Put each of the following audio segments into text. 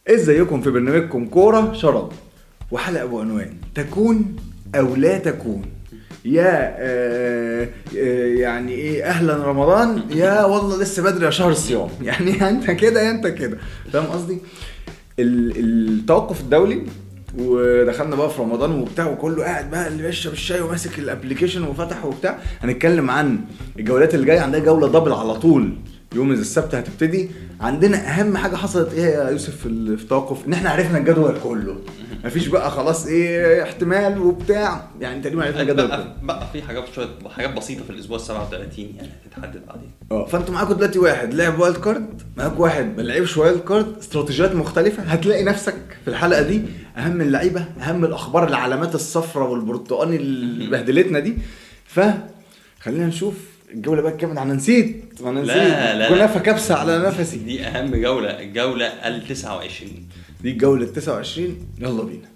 ازيكم في برنامجكم كورة شراب، وحلقة بعنوان تكون او لا تكون. يا يعني ايه، اهلا رمضان، يا والله لسه بدري يا شهر الصيام. يعني انت كده يا انت كده، فاهم قصدي؟ التوقف الدولي، ودخلنا بقى في رمضان وبتاع، وكله قاعد بقى اللي بيشرب الشاي وماسك الابليكيشن وفتحه وبتاع. هنتكلم عن الجولات اللي جايه. عندنا جوله دبل على طول يوم السبت هتبتدي. عندنا اهم حاجه حصلت ايه يا يوسف في التوقف؟ ان احنا عرفنا الجدول كله، مفيش بقى خلاص ايه احتمال وبتاع، يعني تقريبا عرفنا الجدول كله. بقى في حاجات بسيطه في الاسبوع 37 يعني هتتحدد بعدين. فانتوا معاكم دلوقتي واحد لعب وايلد كارد، معاك واحد ما لعبش وايلد كارد، استراتيجيات مختلفه. هتلاقي نفسك في الحلقه دي اهم اللعيبه، اهم الاخبار، العلامات الصفراء والبرتقاني اللي بهدلتنا دي. فخلينا نشوف الجوله بقى كامل. انا نسيت لا كنافه كبسه على نفسي. دي اهم جوله، الجوله ال29. دي الجوله ال29. يلا بينا.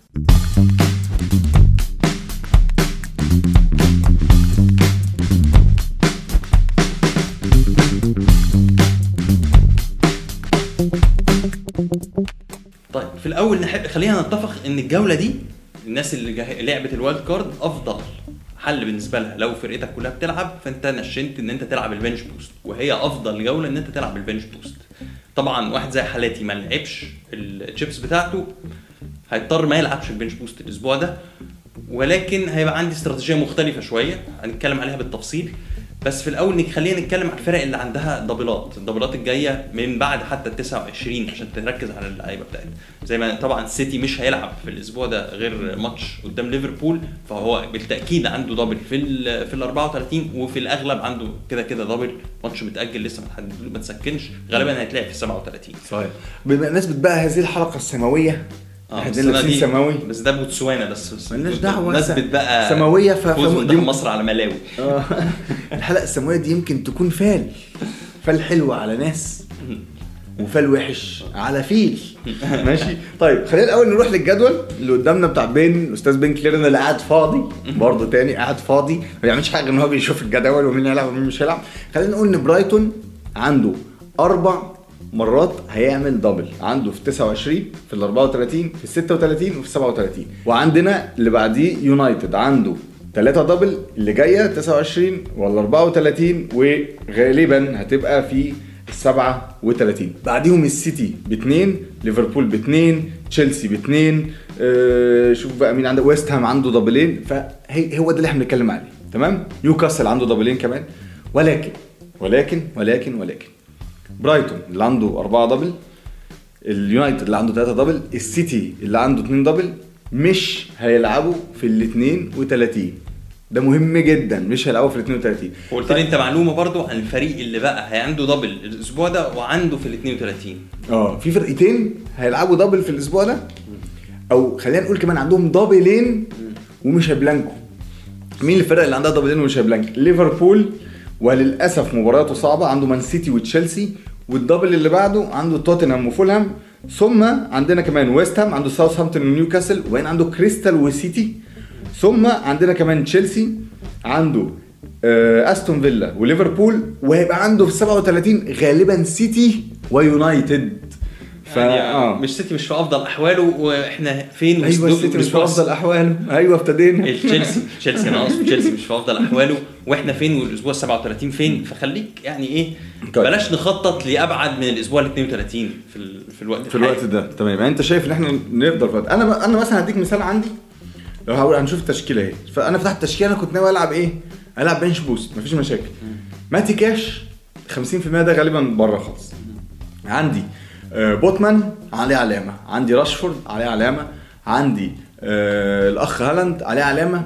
طيب في الاول خلينا نتفق ان الجوله دي الناس اللي لعبت الوايلد كارد افضل حل بالنسبه لها. لو فرقتك كلها بتلعب فانت نشنت ان انت تلعب البنش بوست، وهي افضل جوله ان انت تلعب البنش بوست. طبعا واحد زي حالاتي ما لعبش الشيبس بتاعته هيضطر ما يلعبش البنش بوست الاسبوع ده، ولكن هيبقى عندي استراتيجيه مختلفه شويه هنتكلم عليها بالتفصيل. بس في الاول خلينا نتكلم عن الفرق اللي عندها الدبلات الجايه من بعد حتى ال29 عشان تركز على اللعيبه بتاعتها. زي ما طبعا السيتي مش هيلعب في الاسبوع ده غير ماتش قدام ليفربول، فهو بالتاكيد عنده دبل في ال34، وفي الاغلب عنده كده دبل ماتش متاجل لسه ما تسكنش، غالبا هيتلعب في 37. صحيح. بمناسبه بقى هذه الحلقه السماويه، دي سماوي بس ده بوتسوانا بس مالناش دعوه. نثبت بقى سماويه دي مصر على ملاوي. الحلقه السماويه دي يمكن تكون فال حلوه على ناس، وفال وحش على فيل. ماشي. طيب خلينا الاول نروح للجدول اللي قدامنا بتاع الاستاذ بين كليرن اللي قاعد فاضي برضه تاني، قاعد فاضي ما بيعملش حاجه ان هو بيشوف الجدول ومين يلعب ومين مش هيلعب. خلينا نقول ان برايتون عنده 4 مرات هيعمل دبل، عنده في 29 في ال 34 في ال 36 وفي 37. وعندنا اللي بعديه يونايتد عنده 3 دبل اللي جايه 29 ولا 34، وغالبا هتبقى في 37. بعديهم السيتي ب2، ليفربول ب2، تشيلسي ب2. شوف بقى مين عنده، ويست هام عنده دبلين. فهو ده اللي احنا بنتكلم عليه. تمام. نيوكاسل عنده دبلين كمان. ولكن برايتون اللي عنده 4 دبل، اليونايتد اللي عنده 3 دبل، السيتي اللي عنده 2 دبل مش هيلعبوا في ال 32. ده مهم جدا، مش هيلعبوا في ال 32. وقلت لي انت معلومه برضو عن الفريق اللي بقى عنده دبل الاسبوع ده وعنده في ال 32. في فرقتين هيلعبوا دبل في الاسبوع ده، او خلينا نقول كمان عندهم دبلين ومش هيبلانكو. مين الفرق اللي عندها دبلين ومش هيبلانك؟ ليفربول، وللاسف مبارياته صعبه، عنده مان سيتي وتشيلسي، والدبل اللي بعده عنده توتنهام وفولهام. ثم عندنا كمان ويست هام، عنده ساوثهامبتون ونيوكاسل، وبعدين عنده كريستال وسيتي. ثم عندنا كمان تشيلسي، عنده استون فيلا وليفربول، وهيبقى عنده في 37 غالبا سيتي ويونايتد. يعني مش سيتي مش في افضل احواله، واحنا فين؟ ايوه السيتي مش في افضل احواله. ايوه ابتدينا. تشيلسي انا اقصد تشيلسي مش في افضل احواله، واحنا فين؟ والاسبوع 37 فين؟ فخليك يعني ايه، بلاش نخطط لابعد من الاسبوع 32 في الوقت ده. تمام. يعني انت شايف ان احنا نقدر فات. انا مثلا هديك مثال عندي. لو هقول هنشوف التشكيله اهي، فانا فتحت التشكيله. انا كنت ناوي العب ايه؟ العب بنش بوست، مفيش مشاكل. ماتي كاش 50% ده غالبا بره خالص. عندي بوتمان عليه علامه، عندي راشفورد عليه علامه، عندي الاخ هالاند عليه علامه.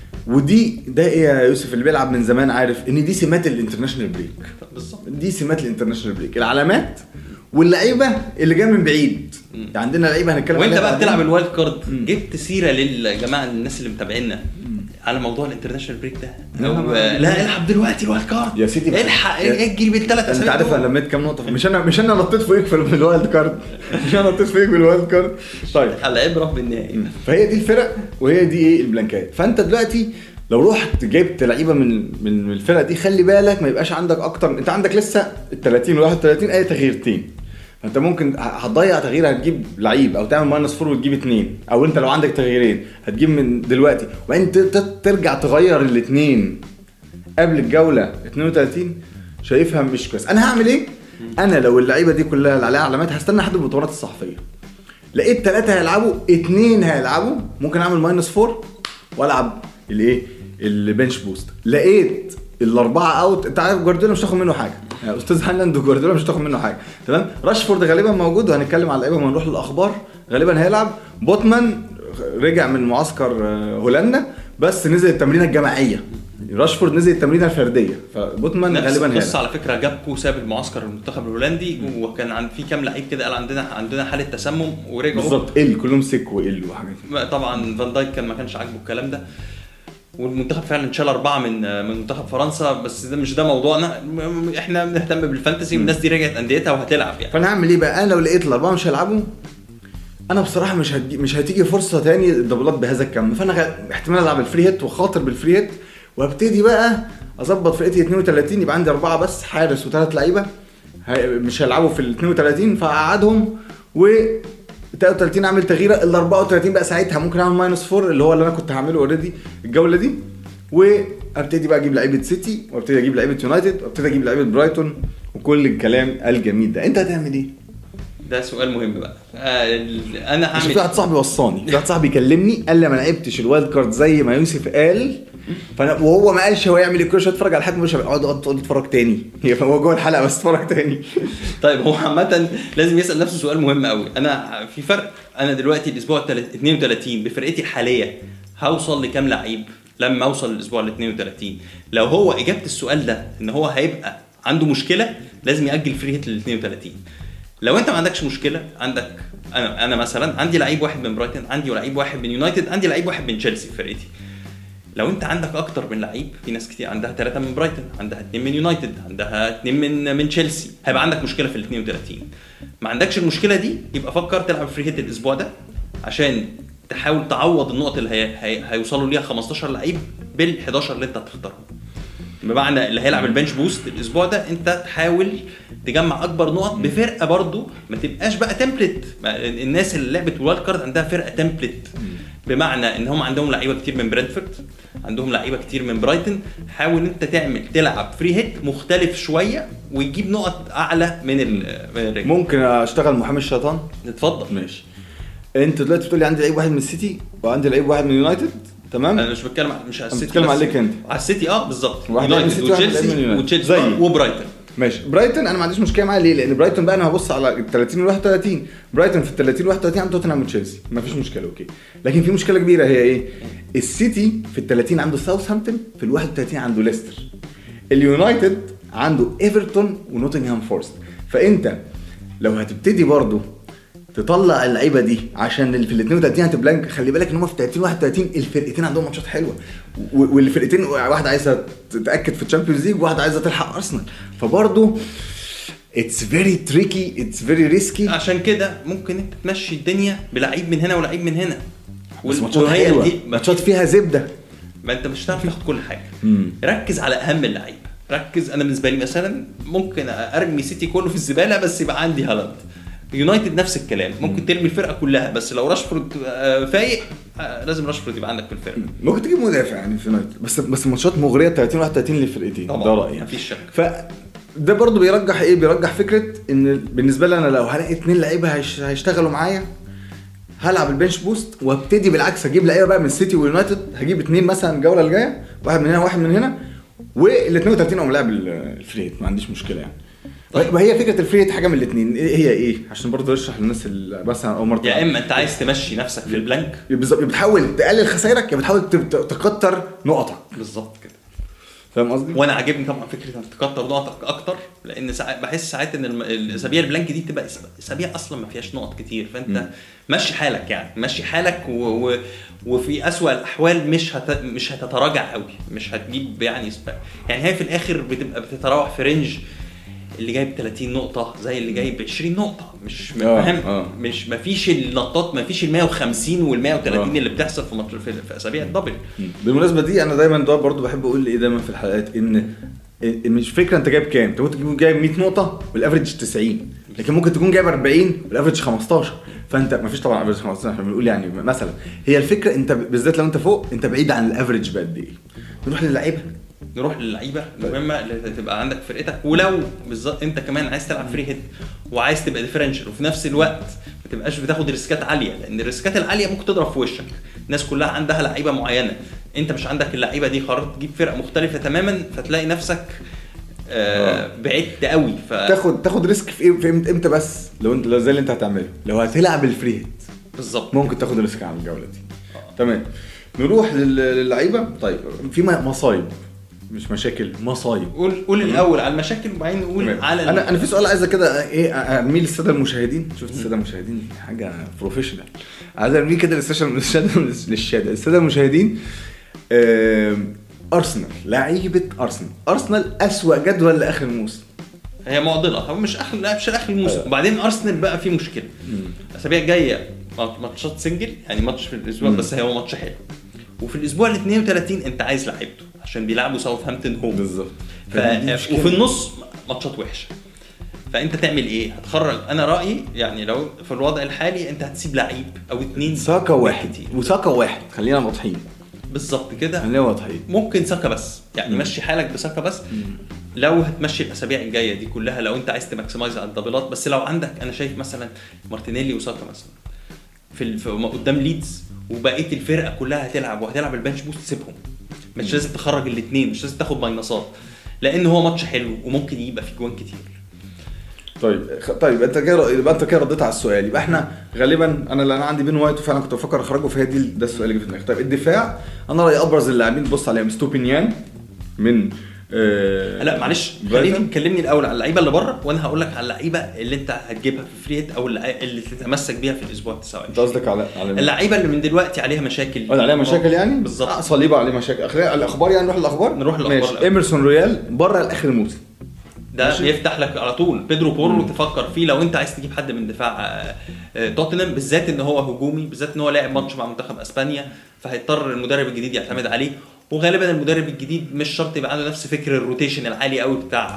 ده ايه يا يوسف؟ اللي بيلعب من زمان عارف ان دي سمات الانترناشونال بريك. بالظبط، دي سمات الانترناشونال بريك، العلامات واللعيبه اللي جايه من بعيد. يعني عندنا لعيبه هنتكلم عليها. وانت بقى بتلعب الوايلد كارد، جبت سيره للجماعه الناس اللي متابعينا على موضوع الانترناشونال بريك ده؟ لا العب دلوقتي الوايلد كارد يا سيدي، الحق اجري بالثلاث اسابيع. انت عارف انا لميت كام نقطه؟ مش انا نطيت فوقك في الوايلد كارد. مش انا نطيت فوقك بالوايلد كارد. طيب العبره بالنهائي. فهي دي الفرق وهي دي ايه البلانكات. فانت دلوقتي لو رحت جبت لعيبه من الفرق دي، خلي بالك ما يبقاش عندك اكتر. انت عندك لسه ال 30 وال 31 اي تغييرتين، انت ممكن هتضيع تغيير، هتجيب لعيب او تعمل ماينس 4 وتجيب 2، او انت لو عندك تغييرين هتجيب من دلوقتي وبعدين ترجع تغير الاثنين قبل الجوله 32. شايفها مش كويس. انا هعمل ايه؟ انا لو اللعيبه دي كلها اللي عليها علامات هستنى لحد البطولات الصحفيه، لقيت 3 هيلعبوا 2 هيلعبوا، ممكن اعمل ماينس 4 والعب الايه البنش بوست. لقيت الاربعه اوت، انت عارف جوارديولا مش هتاخد منه حاجه، يعني استاذ هالاند وجوارديولا مش هتاخد منه حاجه، تمام. راشفورد غالبا موجود وهنتكلم على اللعيبه ونروح للاخبار، غالبا هيلعب. بوتمان رجع من معسكر هولندا بس نزل التمرينه الجماعيه، راشفورد نزل التمرينه الفرديه، فبوتمان غالبا هيلعب. نفس على فكره جابكو ساب المعسكر المنتخب الهولندي وكان في كام لعيب كده قال عندنا حاله تسمم ورجعوا بالظبط، كلهم سك وقل وحاجات. طبعا فان دايك ما كانش عاجبه الكلام ده، والمنتخب فعلا شال 4 من منتخب فرنسا، بس ده مش موضوعنا، احنا بنهتم بالفانتسي والناس دي رجعت انديتها وهتلعب يعني. فانا هعمل ايه بقى؟ انا لو لقيت الاربعه مش هيلعبوا، انا بصراحه مش هتيجي فرصه تاني الدبلات بهذا الكم، فانا احتمال العب الفري هيت وخاطر بالفري هيت وابتدي بقى اظبط فرقتي 32، يبقى عندي 4 بس، حارس و3 لعيبه مش هيلعبوا في ال 32، فاقعدهم و 33 اعمل تغييره. ال 34 بقى ساعتها ممكن اعمل ماينس 4 اللي هو اللي انا كنت هعمله اوريدي الجوله دي، وابتدي بقى اجيب لعيبه سيتي وابتدي اجيب لعيبه يونايتد وابتدي اجيب لعيبه برايتون وكل الكلام الجميل ده. انت هتعمل ايه؟ ده سؤال مهم بقى. انا هعمل، في واحد صاحبي وصاني، في واحد صاحبي كلمني قال لي ما لعبتش الوايلد كارد زي ما يوسف قال، وهو ما قالش هو يعمل ايه، كل شويه اتفرج على الحكم مش اقعد اتفرج تاني، هو جوه الحلقه بس اتفرج تاني. طيب هو عامه لازم يسال نفسه سؤال مهم قوي. انا في فرق، انا دلوقتي الاسبوع 32 بفرقتي الحاليه هوصل لكام لعيب لما اوصل الاسبوع ال 32؟ لو هو اجابه السؤال ده ان هو هيبقى عنده مشكله لازم ياجل فري هيت لل 32. لو انت ما عندكش مشكله، عندك انا مثلا عندي لعيب واحد من برايتون، عندي لعيب واحد من يونايتد، عندي لعيب واحد من تشيلسي في فرقتي. لو انت عندك اكتر من لعيب، في ناس كتير عندها 3 من برايتون، عندها 2 من يونايتد، عندها 2 من تشيلسي، هيبقى عندك مشكله في ال 32. ما عندكش المشكله دي، يبقى فكر تلعب فري هيت الاسبوع ده عشان تحاول تعوض النقط اللي هيوصلوا ليها 15 لعيب بال 11 اللي انت هتختارهم. بمعنى اللي هيلعب البنش بوست الاسبوع ده انت تحاول تجمع اكبر نقط بفرقه برضو، ما تبقاش بقى تمبلت. الناس اللي لعبت والد كارد عندها فرقه تمبلت، بمعنى ان هم عندهم لعيبه كتير من برنتفورد، عندهم لعيبه كتير من برايتون. حاول انت تلعب فري هيت مختلف شويه ويجيب نقط اعلى من الرجل. ممكن اشتغل محامي الشيطان؟ اتفضل. ماشي. انت دلوقتي بتقول لي عندي لعيب واحد من السيتي وعندي لعيب واحد من يونايتد، تمام؟ انا مش بتكلم مش على السيتي، بتكلم عليك انت. على السيتي بالظبط، يونايتد وتشيلسي وبرايتون. ماشي. برايتون انا ما عنديش مشكله معاه، ليه؟ لان برايتون بقى انا هبص على ال 30 وال 31، برايتون في ال 30 وال 31 عنده توتنهام وتشيلسي، ما فيش مشكله اوكي. لكن في مشكله كبيره هي ايه؟ السيتي في ال 30 عنده ساوثهامبتون، في ال 31 عنده ليستر. اليونايتد عنده ايفرتون ونوتنغهام فورست. فانت لو هتبتدي برضو تطلع اللعيبه دي عشان في ال 32 هتبلانك، خلي بالك ان هم في 30 31 الفرقتين عندهم ماتشات حلوه، والفرقتين واحده عايزه تتاكد في الشامبيونز ليج وواحده عايزه تلحق ارسنال، فبرضه اتس فيري تريكي، اتس فيري ريسكي. عشان كده ممكن انت تمشي الدنيا بلعيب من هنا ولعيب من هنا، والماتشات حلوه، ماتشات فيها زبده، ما انت مش هتعرف تاخد كل حاجه. ركز على اهم اللعيبه، ركز. انا بالنسبه لي مثلا ممكن ارمي سيتي كله في الزباله بس يبقى عندي هالاند. يونايتد نفس الكلام، ممكن ترمي الفرقه كلها بس لو راشفورد فايق لازم راشفورد يبقى عندك في الفرقه. ممكن تجيب مدافع يعني في يونايتد، بس ماتشات مغريه 30 31 للفرقتين، ده رايي يعني. مفيش شك. فده برضو بيرجح فكره ان بالنسبه لي انا لو هلاقي 2 لعيبه هيشتغلوا معايا هلعب البنش بوست وابتدي بالعكس اجيب لعيبه بقى من السيتي ويونايتد، هجيب 2 مثلا الجوله الجايه، واحد من هنا واحد من هنا، وال 32 اقوم لاعب الفريت، ما عنديش مشكله يعني. طيب هي فكره الفريت حاجه من الاثنين، هي ايه؟ عشان برضه اشرح للناس اللي بس اول مره، يا اما انت عايز تمشي نفسك في البلانك بالظبط، بتحاول تقلل خسائرك، يا بتحاول تكتر نقطك بالظبط كده، فاهم قصدي؟ وانا عاجبني طبعا فكره انك تكتر نقطك اكتر، لان بحس ساعات ان الاسابيع البلانك دي تبقى اسابيع اصلا ما فيهاش نقط كتير، فانت مشي حالك يعني، مشي حالك وفي اسوأ الاحوال مش هتتراجع قوي، مش هتجيب يعني هي في الاخر بتبقى بتتراوح في رينج اللي جايب 30 نقطة زي اللي جايب 20 نقطة، مش فاهم؟ مش مفيش النقطات، مفيش ال 150 وال 130 اللي بتحصل في اسابيع الدبل. بالمناسبة دي انا دايما ده برضو بحب اقول ايه دايما في الحلقات، ان مش فكرة انت جايب كام، انت ممكن جايب 100 نقطة والافريج 90، لكن ممكن تكون جايب 40 والافريج 15. فانت ما فيش طبعا افريج 15، احنا بنقول يعني مثلا هي الفكره انت بالذات لو انت فوق انت بعيد عن الافريج بقد ايه. نروح للعيبه المهمه اللي تبقى عندك فرقتك، ولو بالظبط انت كمان عايز تلعب فري هيت وعايز تبقى ديفرنشال وفي نفس الوقت ما تبقاش بتاخد ريسكات عاليه، لان الريسكات العاليه ممكن تضرب في وشك. الناس كلها عندها لعيبه معينه، انت مش عندك اللعيبه دي، قررت تجيب فرقه مختلفه تماما فتلاقي نفسك بعدت قوي. تاخد ريسك في امتى؟ بس لو زي اللي انت هتعمله لو هتلعب الفري هيت بالظبط ممكن تاخد ريسك على الجوله دي. تمام، نروح للعيبه. طيب في مصايب مش مشاكل، مصايب. قول الاول على المشاكل وبعدين نقول على انا في سؤال عايز كده ايه ارميه للساده المشاهدين. شفت الساده المشاهدين دي حاجه بروفيشنال، عايز ارميه كده للساده المشاهدين. ارسنال، لعيبه ارسنال اسوأ جدول لاخر الموسم. هي معضله، هو مش اخر الموسم. وبعدين ارسنال بقى فيه مشكله. الاسابيع الجايه ماتشات سنجل، يعني ماتش في الاسبوع بس هو ماتش حلو، وفي الاسبوع ال 32 انت عايز لعيبته عشان بيلعبوا ساوثهامبتون هوم بالظبط. وفي النص ماتشات وحشه. فانت تعمل ايه؟ هتخرج. انا رايي يعني لو في الوضع الحالي انت هتسيب لعيب او اتنين، ساكا واحد خلينا واضحين بالظبط كده، خلينا واضحين. ممكن ساكا بس، يعني مشي حالك بساكا بس. لو هتمشي الاسابيع الجايه دي كلها لو انت عايز تماكسمايز على الدبلات. بس لو عندك، انا شايف مثلا مارتينيلي وساكا مثلا في قدام ليدز وبقيه الفرقه كلها هتلعب وهتلعب البنش بوست، سيبهم. مش لازم تخرج الاثنين، مش لازم تاخد ماينصات، لان هو ماتش حلو وممكن يبقى فيه جوان كتير. طيب انت كده رديت على السؤال. يبقى احنا غالبا انا عندي بين وايت وفعلا كنت بفكر اخرجه، فهي دي ده السؤال اللي في دماغي. طيب الدفاع، انا رايي ابرز اللاعبين بص عليهم ستوبينيان من لا معلش خليني تكلمني الاول على اللعيبه اللي بره وانا هقول لك على اللعيبه اللي انت هتجيبها في فري هيت او اللي تتمسك بيها في الاسبوع 29. انت قصدك على اللعيبه اللي من دلوقتي عليها مشاكل؟ عليها مشاكل يعني بالظبط. صليبه عليه مشاكل. الاخبار يعني نروح الاخبار. ايمرسون رويال بره الاخر الموسم ده بيفتح لك على طول. بيدرو بورو تفكر فيه لو انت عايز تجيب حد من دفاع توتنهام، بالذات ان هو هجومي، بالذات ان هو لاعب ماتش مع منتخب اسبانيا، فهيضطر المدرب الجديد يعتمد عليه. وغالبا المدرب الجديد مش شرط يبقى عنده نفس فكر الروتيشن العالي قوي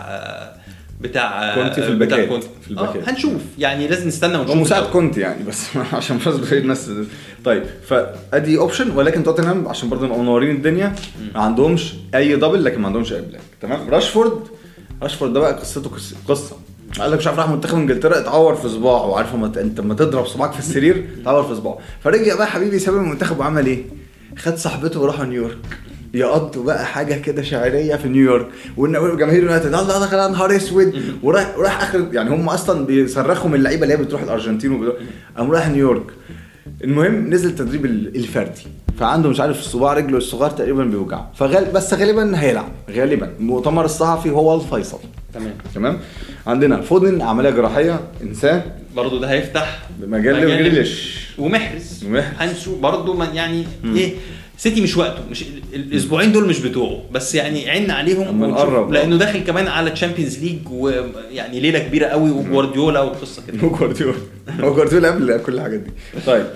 بتاع كونتي في الباكات. هنشوف يعني، لازم نستنى ونشوف. مساعد كونتي يعني بس عشان بس بخير الناس. طيب فادي اوبشن، ولكن توتنهام عشان برضه نبقى منورين الدنيا ما عندهمش اي دبل لكن ما عندهمش اي بلاك. تمام. راشفورد ده بقى قصته قصه. قال لك مش عارف راح منتخب انجلترا اتعور في صباعه، وعارف انت لما تضرب صباعك في السرير اتعور في صباعه، فرجع بقى حبيبي ساب المنتخب وعمل ايه؟ خد صاحبته وراح نيويورك يقضوا بقى حاجه كده شعريه في نيويورك، والجماهير يونايتد الله ده نهار اسود. وراح اخر يعني هم اصلا بيصرخوا من اللعيبه اللي هي بتروح الارجنتين قام راح نيويورك. المهم نزل تدريب الفردي، فعنده مش عارف صباع رجله الصغير تقريبا بيوجعه، بس غالبا هيلعب. غالبا المؤتمر الصحفي هو الفيصل. تمام. عندنا فودن عمليه جراحيه انسان برضو، ده هيفتح مجال جريليش ومحرز. هنشوف برضو يعني ايه، سيتي مش وقته، مش الاسبوعين دول مش بتوعه، بس يعني عيننا عليهم لانه داخل كمان على تشامبيونز ليج ويعني ليله كبيره قوي وجوارديولا والقصه كده. وجوارديولا قبل كل الحاجات دي. طيب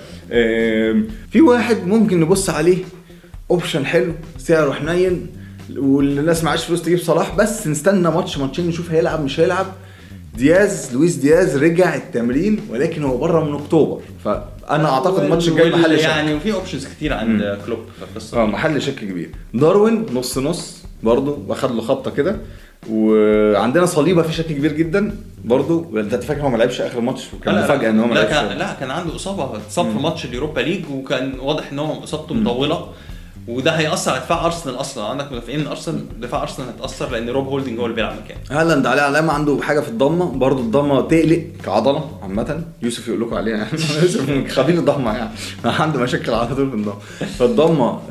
في واحد ممكن نبص عليه اوبشن حلو سعره حنين والناس معاش فلوس تجيب صلاح، بس نستنى ماتشين نشوف هيلعب مش هيلعب. لويس دياز رجع التمرين ولكن هو بره من اكتوبر، فانا اعتقد الماتش الجاي محل شك يعني، وفي اوبشنز كتير عند كلوب في القصه. محل شك كبير. داروين نص برضه واخد له خبطه كده. وعندنا صليبه في شك كبير جدا برضه. انت فاكر هو ما لعبش اخر ماتش وكان مفاجاه ان هو ما لعبش؟ لا كان عنده اصاب في ماتش اليوروبا ليج، وكان واضح ان هو اصابته مطوله، وده هيأثر على دفاع ارسنال. اصلا عندك مدافعين من ارسنال، دفاع ارسنال هيتأثر لان روب هولدنج هو اللي بيلعب مكانه. هالاند عليه علامه عنده حاجه في الضمه برضو، الضمه تقلق كعضله عامه. يوسف يقول لكم عليها يعني يوسف خبير الضمه يعني عنده مشاكل على طول في الضمه. فالضمه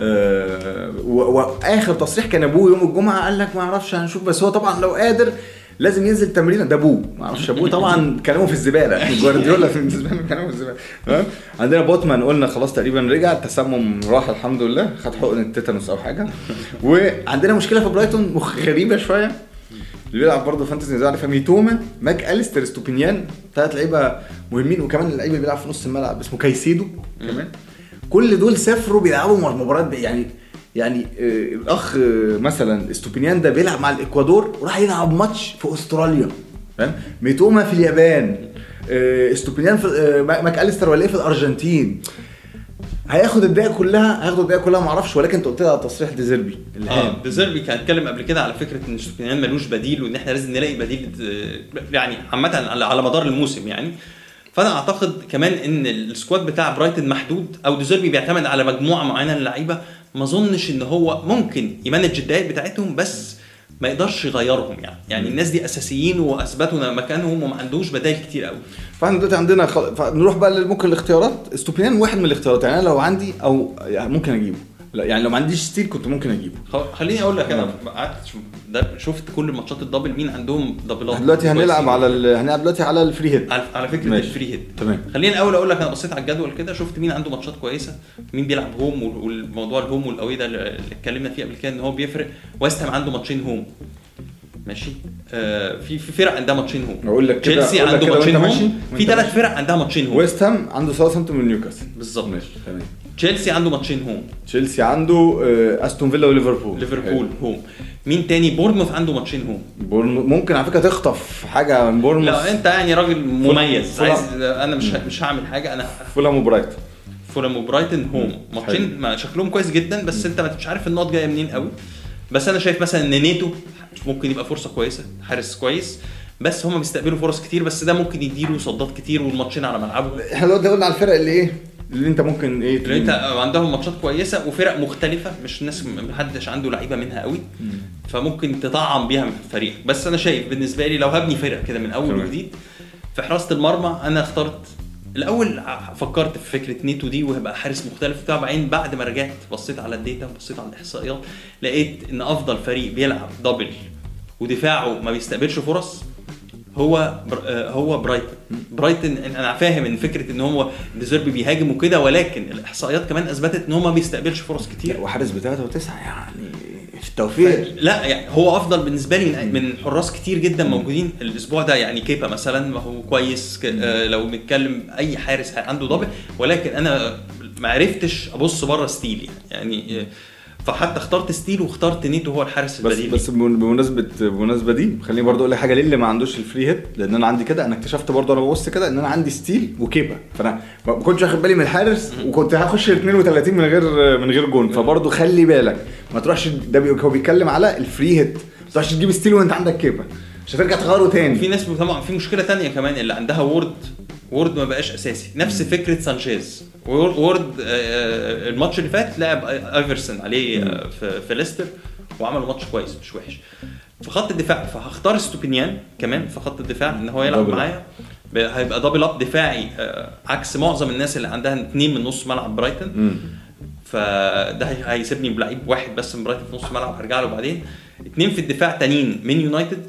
واخر تصريح كان ابوه يوم الجمعه قال لك ما اعرفش هنشوف، بس هو طبعا لو قادر لازم ينزل تمرين. ده ابوه ما اعرفش ابوه طبعا كلامه في الزباله. جوارديولا في الزباله كلامه في الزباله. تمام. عندنا بوتمان قلنا خلاص تقريبا رجع، التسمم راح الحمد لله، خد حقن التيتانوس او حاجه. وعندنا مشكله في برايتون غريبه شويه، اللي بيلعب برضه فانتزي نزاع فميتوما ماك أليستر ستوبينيان، ثلاث لعيبه مهمين، وكمان اللعيب اللي بيلعب في نص الملعب اسمه كايسيدو كمان. كل دول سافروا بيلعبوا مباريات يعني الاخ مثلا استوبينيان ده بيلعب مع الاكوادور وراح يلعب ماتش في استراليا. فاهم؟ ميتوما في اليابان، استوبينيان في ماك أليستر ولا ايه في الارجنتين. هياخد الدقيقه كلها ما اعرفش، ولكن انت قلت لها تصريح ديزيربي ديزيربي كان اتكلم قبل كده على فكره ان استوبينيان ملوش بديل، وان احنا لازم نلاقي بديل يعني عامه على مدار الموسم يعني. فانا اعتقد كمان ان السكواد بتاع برايتن محدود، او ديزيربي بيعتمد على مجموعه معينه من اللعيبه. ما اظنش ان هو ممكن يمانج الدقائق بتاعتهم، بس ما يقدرش يغيرهم يعني الناس دي اساسيين واثبتوا مكانهم وما عندوش بدائل كتير قوي. فاحنا دلوقتي عندنا نروح بقى ممكن الاختيارات. استوبينيان واحد من الاختيارات، يعني انا لو عندي او يعني ممكن اجيبه، لا يعني لو ما عنديش ستيل كنت ممكن اجيبه. خليني اقول لك انا قعدت شفت كل الماتشات الدبل مين عندهم دبلات. دلوقتي هنلعب هنلعب دلوقتي على الفري هيت، على فكره الفري هيت. تمام. خليني الاول اقول لك انا بصيت على الجدول كده، شفت مين عنده ماتشات كويسه، مين بيلعب هوم، والموضوع الهوم والاوي ده اللي اتكلمنا فيه قبل كده ان هو بيفرق. ويست هام عنده ماتشين هوم ماشي. في فرق عندها ماتشين هوم. اقول لك كده تشيلسي عنده ماتشين هوم، في 3 فرق عندها ماتشين هوم. ويست هام عنده ساوثهامبتون ونيوكاسل بالظبط ماشي تمام. تشيلسي عنده ماتشين هوم. تشيلسي عنده استون فيلا وليفربول هوم. مين تاني؟ بورنموث عنده ماتشين هوم. ممكن على فكره تخطف حاجه من بورنموث. لا انت يعني راجل مميز عايز انا مش هعمل حاجه. انا فولهام وبرايتون هوم ماتشين ما شكلهم كويس جدا، بس انت مش عارف النقط جايه منين قوي. بس انا شايف مثلا ان نيتو ممكن يبقى فرصه كويسه، حارس كويس، بس هم بيستقبلوا فرص كتير، بس ده ممكن يديله صدات كتير والماتشين على ملعبه. احنا دلوقتي قلنا على الفرق اللي انت ممكن اللي انت عندهم ماتشات كويسه وفرق مختلفه، مش الناس محدش عنده لعيبه منها قوي، فممكن تطعم بيها في الفريق. بس انا شايف بالنسبه لي لو هبني فرق كده من اول وجديد في حراسه المرمى، انا اخترت الاول فكرت في فكره نيتو دي وهيبقى حارس مختلف بتاع. بعد ما رجعت بصيت على الداتا وبصيت على الاحصائيات، لقيت ان افضل فريق بيلعب دبل ودفاعه ما بيستقبلش فرص هو برايتن. انا فاهم ان فكره ان هو ديزيربي بيهاجم وكده، ولكن الاحصائيات كمان اثبتت ان هو ما بيستقبلش فرص كتير، وحارس ب3 و9 يعني في التوفيق. لا يعني هو افضل بالنسبه لي من حراس كتير جدا موجودين الاسبوع ده. يعني كيبا مثلا هو كويس، لو بنتكلم اي حارس عنده دبل، ولكن انا ما عرفتش ابص بره ستيل يعني فحتى اخترت ستيل واخترت نيتو هو الحارس البديل. بس بمناسبه دي خليني برضو اقول لك حاجه للي ما عندوش الفري هيت، لان انا عندي كده. انا اكتشفت برضو انا ببص كده ان انا عندي ستيل وكيبا، فانا ما كنتش واخد بالي من الحارس وكنت هخش 32 من غير جون. فبرضو خلي بالك ما تروحش، ده هو بيتكلم على الفري هيت، ما تروحش تجيب ستيل وانت عندك كيبا مش هترجع تغيره تاني. في ناس طبعا في مشكله تانية كمان اللي عندها وورد ما بقاش اساسي، نفس فكره سانشيز. وورد الماتش اللي فات لعب ايفرسون عليه في ليستر وعملوا ماتش كويس مش وحش. في خط الدفاع فهختار ستوبينيان كمان في خط الدفاع ان هو يلعب معايا، هيبقى دبل اب دفاعي عكس معظم الناس اللي عندها 2 من نص ملعب برايتون. فده هيسيبني بلعيب واحد بس من برايتون في نص ملعب، هرجع له بعدين. 2 في الدفاع تانيين من يونايتد،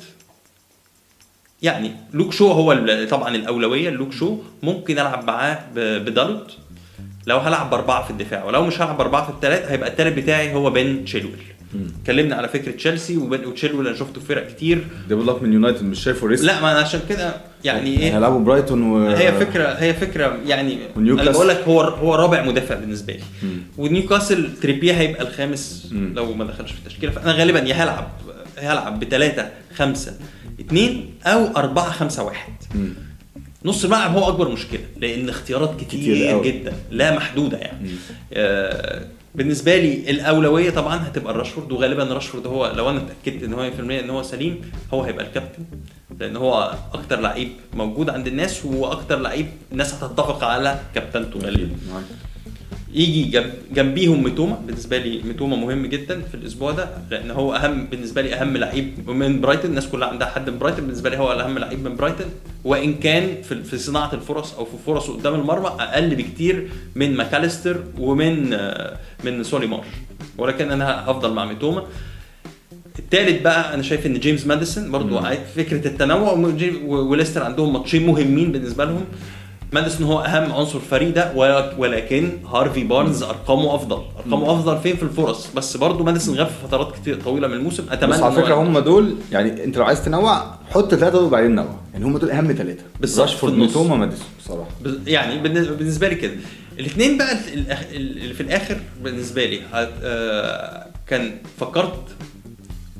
يعني لوك شو هو طبعا الاولويه. لوك شو ممكن العب معاه بدالوت لو هلعب ب4 في الدفاع، ولو مش هلعب ب4 في الثلاث هيبقى الثالث بتاعي هو بن تشيلويل. اتكلمنا على فكره تشيلسي وتشيلويل، انا شفته في فرق كتير ديفلوب من يونايتد مش شايفه ريسك. لا ما انا عشان كده يعني ايه هيلعبوا برايتون هي فكره يعني انا بقول لك هو رابع مدافع بالنسبه لي. ونيوكاسل تريبيه هيبقى الخامس لو ما دخلش في التشكيله. فانا غالبا يا هلعب ب3-5-2 او 4-5-1. نص الملعب هو اكبر مشكله، لان اختيارات كتير جدا لا محدوده يعني. بالنسبه لي الاولويه طبعا هتبقى راشفورد، وغالبا راشفورد هو لو انا اتاكدت ان هو 100% ان هو سليم هو هيبقى الكابتن، لان هو اكتر لعيب موجود عند الناس واكتر لعيب الناس هتتفق على كابتنته غالبا. يجي جنبيهم ميتوما. بالنسبه لي ميتوما مهم جدا في الاسبوع ده، لان هو بالنسبه لي اهم لعيب من برايتون. الناس كلها عندها حد من برايتون، بالنسبه لي هو الاهم لعيب من برايتون، وان كان في صناعه الفرص او في فرصه قدام المرمى اقل بكتير من ماكاليستر ومن سولي مارش، ولكن انا هفضل مع ميتوما. الثالث بقى انا شايف ان جيمس ماديسون برضو فكره التنوع، وليستر عندهم ماتشين مهمين بالنسبه لهم. ماديسون هو اهم عنصر الفريق ده، ولكن هارفي بارنز ارقامه افضل فين في الفرص، بس برضو ماديسون غاب في فترات كتير طويله من الموسم. اتمنى بس على فكره هم دول يعني انت لو عايز تنوع حط 3 وبعدين نوع، يعني هم دول اهم 3 راشفورد ميتوما ماديسون بصراحه. يعني بالنسبه لي كده الاثنين بقى اللي في الاخر بالنسبه لي كان فكرت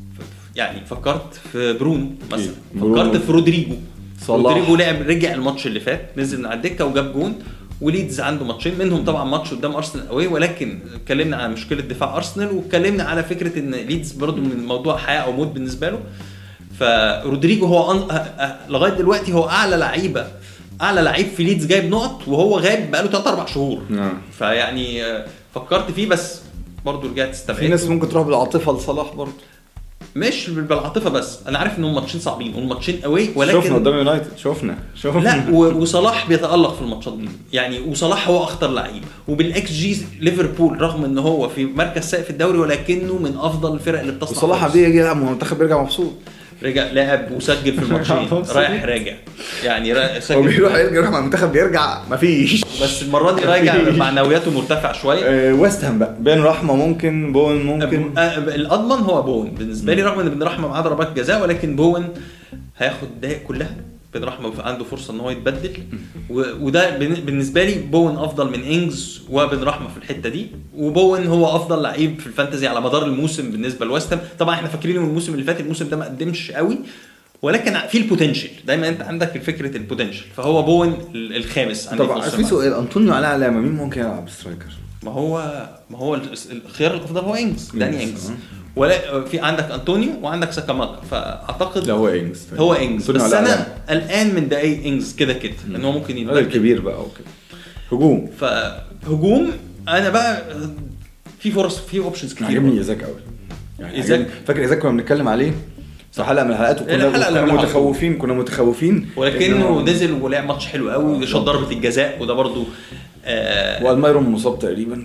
يعني فكرت في برونو مثلا، برونو. فكرت في رودريجو. صلاح. رودريجو لعب رجع الماتش اللي فات، نزل من على الدكه وجاب جون. وليدز عنده ماتشين منهم طبعا ماتش قدام ارسنال قوي، ولكن اتكلمنا على مشكله دفاع ارسنال، واتكلمنا على فكره ان ليدز برضو من موضوع حياه او موت بالنسبه له. فرودريجو هو لغايه دلوقتي هو اعلى لعيب في ليدز جايب نقط، وهو غايب بقاله 3-4 شهور. فيعني فكرت فيه بس برضو رجعت استبعدت. في ناس ممكن تروح بالعاطفه لصلاح برضو، مش بالعاطفه بس. انا عارف انهم ماتشين صعبين والماتشين قوي، ولكن شفنا قدام يونايتد شفنا لا وصلاح بيتالق في الماتشات دي يعني. وصلاح هو اخطر لعيب، وبالاكس جي ليفربول رغم ان هو في مركز سائق في الدوري ولكنه من افضل الفرق اللي بتصنع. وصلاح عادي يجي يلعب المنتخب بيرجع مبسوط، رجع لعب وسجل في الماتشين رايح راجع يعني هو بيروح يرجع مع المنتخب بيرجع مفيش. بس المره دي راجع معنوياته مرتفعه شويه. ويست هام بقى بين رحمه ممكن بون ممكن الاضمن هو بون بالنسبه لي، رغم ان بن رحمه معاه ضربات جزاء، ولكن بون هياخد دقائق كلها. بن رحمه عنده فرصه ان هو يتبدل، وده بالنسبه لي بون افضل من انجز وبن رحمه في الحته دي. وبون هو افضل لعيب في الفانتزي على مدار الموسم بالنسبه لويست هام. طبعا احنا فاكرين من الموسم اللي فات الموسم ده ما قدمش قوي، ولكن في البوتنشال. دايما انت عندك فكره البوتنشال، فهو بون الخامس. طبعا في سؤال انطونيو على علامه مين ممكن يلعب سترايكر؟ ما هو الخيار الافضل هو انجز، داني انجز. ولا في عندك انطونيو وعندك ساكاماكا، فاعتقد هو انجز بس انا الان من دقايق انجز كده ان هو ممكن يبقى الكبير بقى وكده. هجوم انا بقى في فرص في اوبشنز كتير. عجبني ايزاك قوي يعني إيزاك. فاكر ايزاك كنا بنتكلم عليه صح، حلقه من الحلقات كنا متخوفين ولكنه نزل ولعب ماتش حلو قوي، شاط ضربه الجزاء، وده برضو والمايرون مصاب تقريبا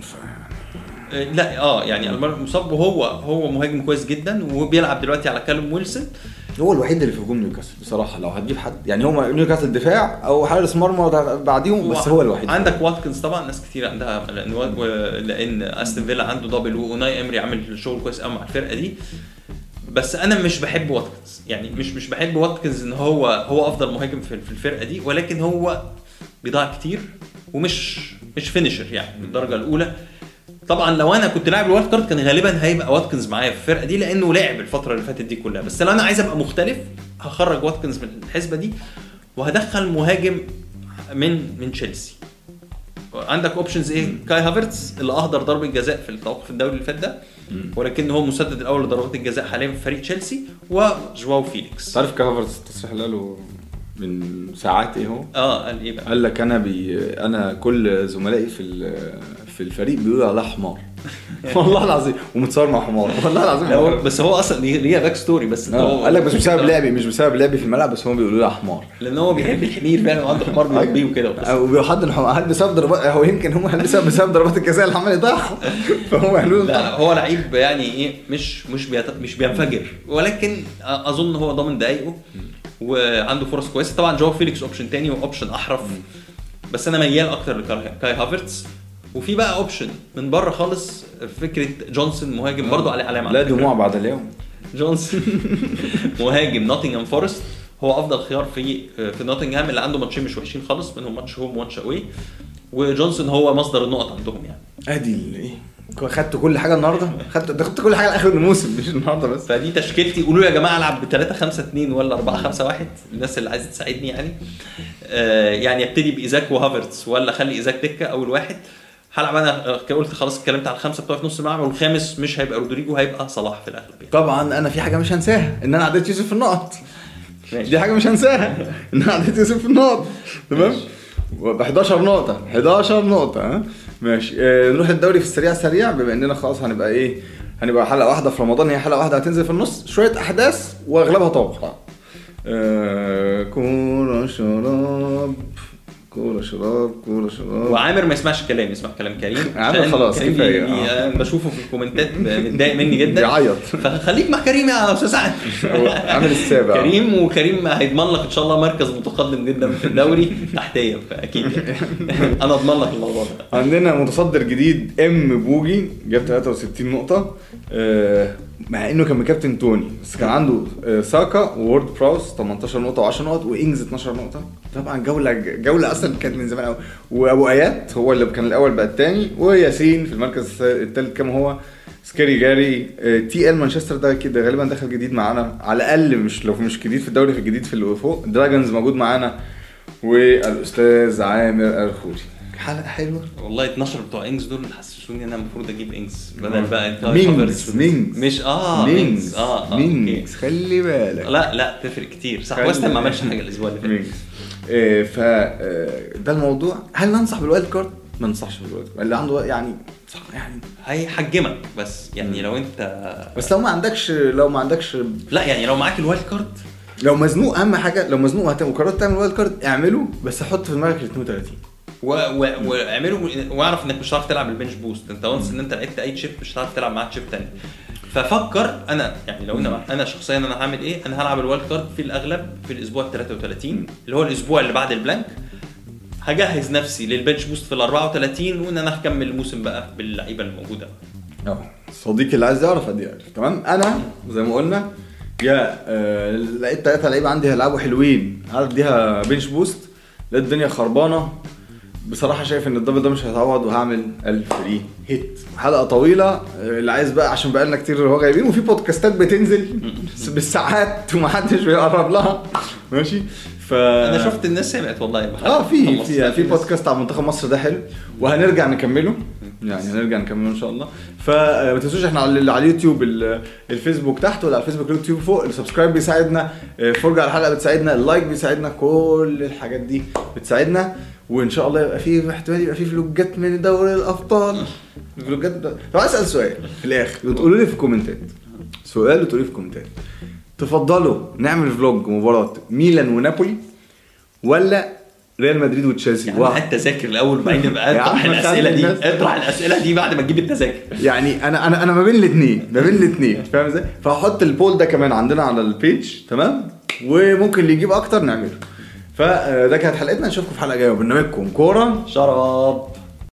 لا يعني المايرون مصاب، وهو مهاجم كويس جدا، وبيلعب دلوقتي على كالوم ويلسون. هو الوحيد اللي في هجوم نيوكاسل بصراحه. لو هتجيب حد يعني هو نيوكاسل دفاع او حارس مرمى بعديهم، بس هو الوحيد. عندك واتكنز طبعا، ناس كتير عندها لان استون فيلا عنده دبل، وناي امري عامل شغل كويس قوي مع الفرقه دي. بس انا مش بحب واتكنز يعني، مش بحب واتكنز ان هو افضل مهاجم في الفرقه دي، ولكن هو بيضيع كتير ومش فينيشر يعني بالدرجه الاولى. طبعا لو انا كنت لاعب الوايلد كارد كان غالبا هيبقى واتكنز معايا في الفرقه دي، لانه لاعب الفتره اللي فاتت دي كلها. بس لو انا عايز ابقى مختلف هخرج واتكنز من الحسبه دي، وهدخل مهاجم من تشيلسي. عندك اوبشنز ايه؟ كاي هافرتز اللي اهدر ضربه جزاء في التوقف الدوري اللي فات ده، ولكن هو مسدد الاول لضربات الجزاء حاليا في فريق تشيلسي. وجواو فيليكس. تعرف كاي هافرتز التصريح اللي قاله من ساعات ايه هو؟ قال ايه بقى؟ قال لك انا كل زملائي في الفريق بيقولوا على حمار. والله العظيم، ومتصور مع حمار والله العظيم. بس هو اصلا ليه باك ستوري، بس هو قال لك بس مش بسبب لعبي في الملعب، بس هم بيقولوا له حمار لان هو بيحب الحمير فعلا، وعنده حمار بيربيه وكده. او بيحضر بسبب ضربات، هو يمكن هم بسبب ضربات الجزاء اللي عمال يضيعها. فهو قالوا لا هو لعيب يعني ايه، مش بينفجر، ولكن اظن هو ضامن دقايقه وعنده فرص كويسه. طبعا جواو فيليكس اوبشن تاني واوبشن احرف، بس انا ميال اكتر لكاي هافرتز. وفي بقى اوبشن من بره خالص، فكره جونسون مهاجم برضو عليه علامه. لا دموع بعد اليوم. جونسون مهاجم نوتنغهام فورست، هو افضل خيار في نوتنغهام اللي عنده ماتشين مش وحشين خالص، منهم ماتش هوم وماتش اوي. وجونسون هو مصدر النقط عندهم يعني. ادي ايه، خدت كل حاجه النهارده، خدت كل حاجه لاخر الموسم مش النهارده بس. فدي تشكيلتي. قولوا يا جماعه العب ب3-5-2 ولا 4-5-1، الناس اللي عايزه تساعدني يعني. يعني ابتدي بايزاك وهافرتز ولا خلي ايزاك دكه اول واحد. هلعب انا قلت خلاص اتكلمت على الخمسه بتوع في نص الملعب، والخامس مش هيبقى رودريجو، هيبقى صلاح في الاغلب. طبعا انا في حاجه مش هنساها، ان انا عديت يوسف في النقط. دي حاجه مش هنساها، ان انا عديت يوسف في النقط. تمام، ب 11 نقطه ها ماشي. نروح الدوري في السريع بما اننا خلاص هنبقى حلقه واحده في رمضان، هي حلقه واحده هتنزل في النص، شويه احداث واغلبها توقع. كورة شراب وعامر ما يسمعش كلام، يسمع كلام كريم. عامر خلاص كفايه. بشوفه في الكومنتات متضايق مني جدا، بيعيط. فخليك مع كريم يا استاذ عامر. عامل السابع كريم هيضمن لك ان شاء الله مركز متقدم جدا في الدوري تحتيه، فاكيد انا اضمن لك الموضوع ده. عندنا متصدر جديد بوجي جاب 63 نقطه، مع انه كان كابتن توني، بس كان عنده ساكا وورد براوس 18 نقطه و10 نقط، وانجز 12 نقطه. طبعا جوله اصلا كانت من زمان قوي. وابو ايات هو اللي كان الاول بقى الثاني، وياسين في المركز الثالث كام هو سكيري جاري. تي ال مانشستر ده كده غالبا دخل جديد معانا على الاقل، مش لو مش جديد في الدوري، في الجديد في اللي فوق. دراجونز موجود معانا، والاستاذ عامر الخوري. حلقه حلوه والله. 12 بتوع انجز دول حسسوني ان انا المفروض اجيب انجز بدل بقى مينجز مش مينجز خلي بالك. لا تفرق كتير صح. وست ما عملش حاجه الاسبوع اللي فات. ده الموضوع. هل ننصح بالوايلد كارد؟ ما ننصحش بالوايلد كارد. اللي عنده يعني صح يعني هيحجمك بس يعني لو انت بس لو ما عندكش لا يعني لو معاك الوايلد كارد، لو مزنوق، اهم حاجه لو مزنوق وقررت تعمل وايلد كارد اعمله، بس حط في دماغك ال 32 واعمله، واعرف انك مش هتعرف تلعب البنش بوست. انت وانس ان انت لعبت اي تشيب مش هتعرف تلعب معاه تشيب تاني. ففكر انا يعني لو انا شخصيا انا هعمل ايه. انا هلعب الوايلد كارد في الاغلب في الاسبوع 33 اللي هو الاسبوع اللي بعد البلانك. هجهز نفسي للبنش بوست في ال 34 وان انا هكمل الموسم بقى باللعيبه الموجوده. صديقي اللي عايز يعرف ادي يعرف. تمام. انا زي ما قلنا يا لقيت 3 لعيبه عندي هيلعبوا حلوين، هديها بنش بوست. لقيت الدنيا خربانه بصراحه. شايف ان الدبل ده مش هيتعوض، وهعمل الفري هيت. حلقه طويله اللي عايز بقى، عشان بقى لنا كتير هو غايبين، وفي بودكاستات بتنزل بالساعات ومحدش بيقرب لها. ماشي. انا شفت الناس سمعت والله في بودكاست على منتخب مصر ده حلو، وهنرجع نكمله يعني هنرجع نكمله ان شاء الله. فما تنسوش احنا على اليوتيوب الفيسبوك تحت، ولا على الفيسبوك اليوتيوب فوق. السبسكرايب بيساعدنا، فرجة على الحلقه بتساعدنا، اللايك بيساعدنا، كل الحاجات دي بتساعدنا. وان شاء الله يبقى في احتمال يبقى في فلوجات من دوري الابطال. فلوجات. طب اسال سؤال في الاخر وتقولوا لي في الكومنتات، سؤال وتقولوا لي في الكومنتات، تفضلوا نعمل فلوج مباراه ميلان ونابولي ولا ريال مدريد وتشيلسي؟ يعني حتى ذاكر الاول بعدين بقى اطرح الاسئله دي بعد ما تجيب التذاكر. يعني انا ما بين الاثنين فاهم ازاي؟ فهحط البول ده كمان عندنا على البيج. تمام. وممكن اللي يجيب اكتر نعمله. فده كانت حلقتنا. نشوفكم في حلقه جايه وبرنامجكم كوره شراب.